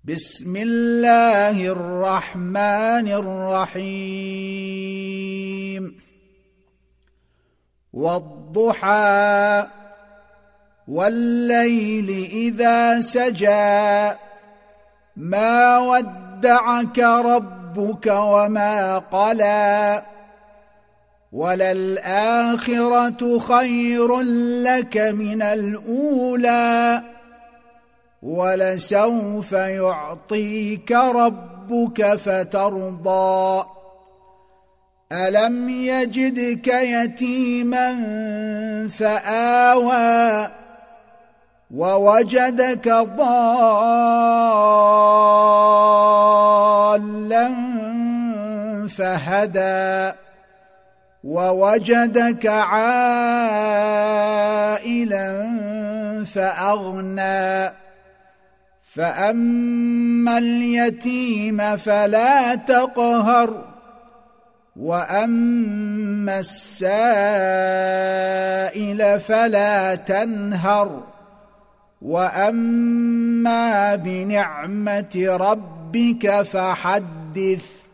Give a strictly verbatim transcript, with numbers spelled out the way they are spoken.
بسم الله الرحمن الرحيم والضحى والليل إذا سجى ما ودعك ربك وما قلى وللآخرة خير لك من الأولى ولسوف يعطيك ربك فترضى ألم يجدك يتيما فآوى ووجدك ضالا فهدى ووجدك عائلا فأغنى فأما اليتيم فلا تقهر وأما السائل فلا تنهر وأما بنعمة ربك فحدث.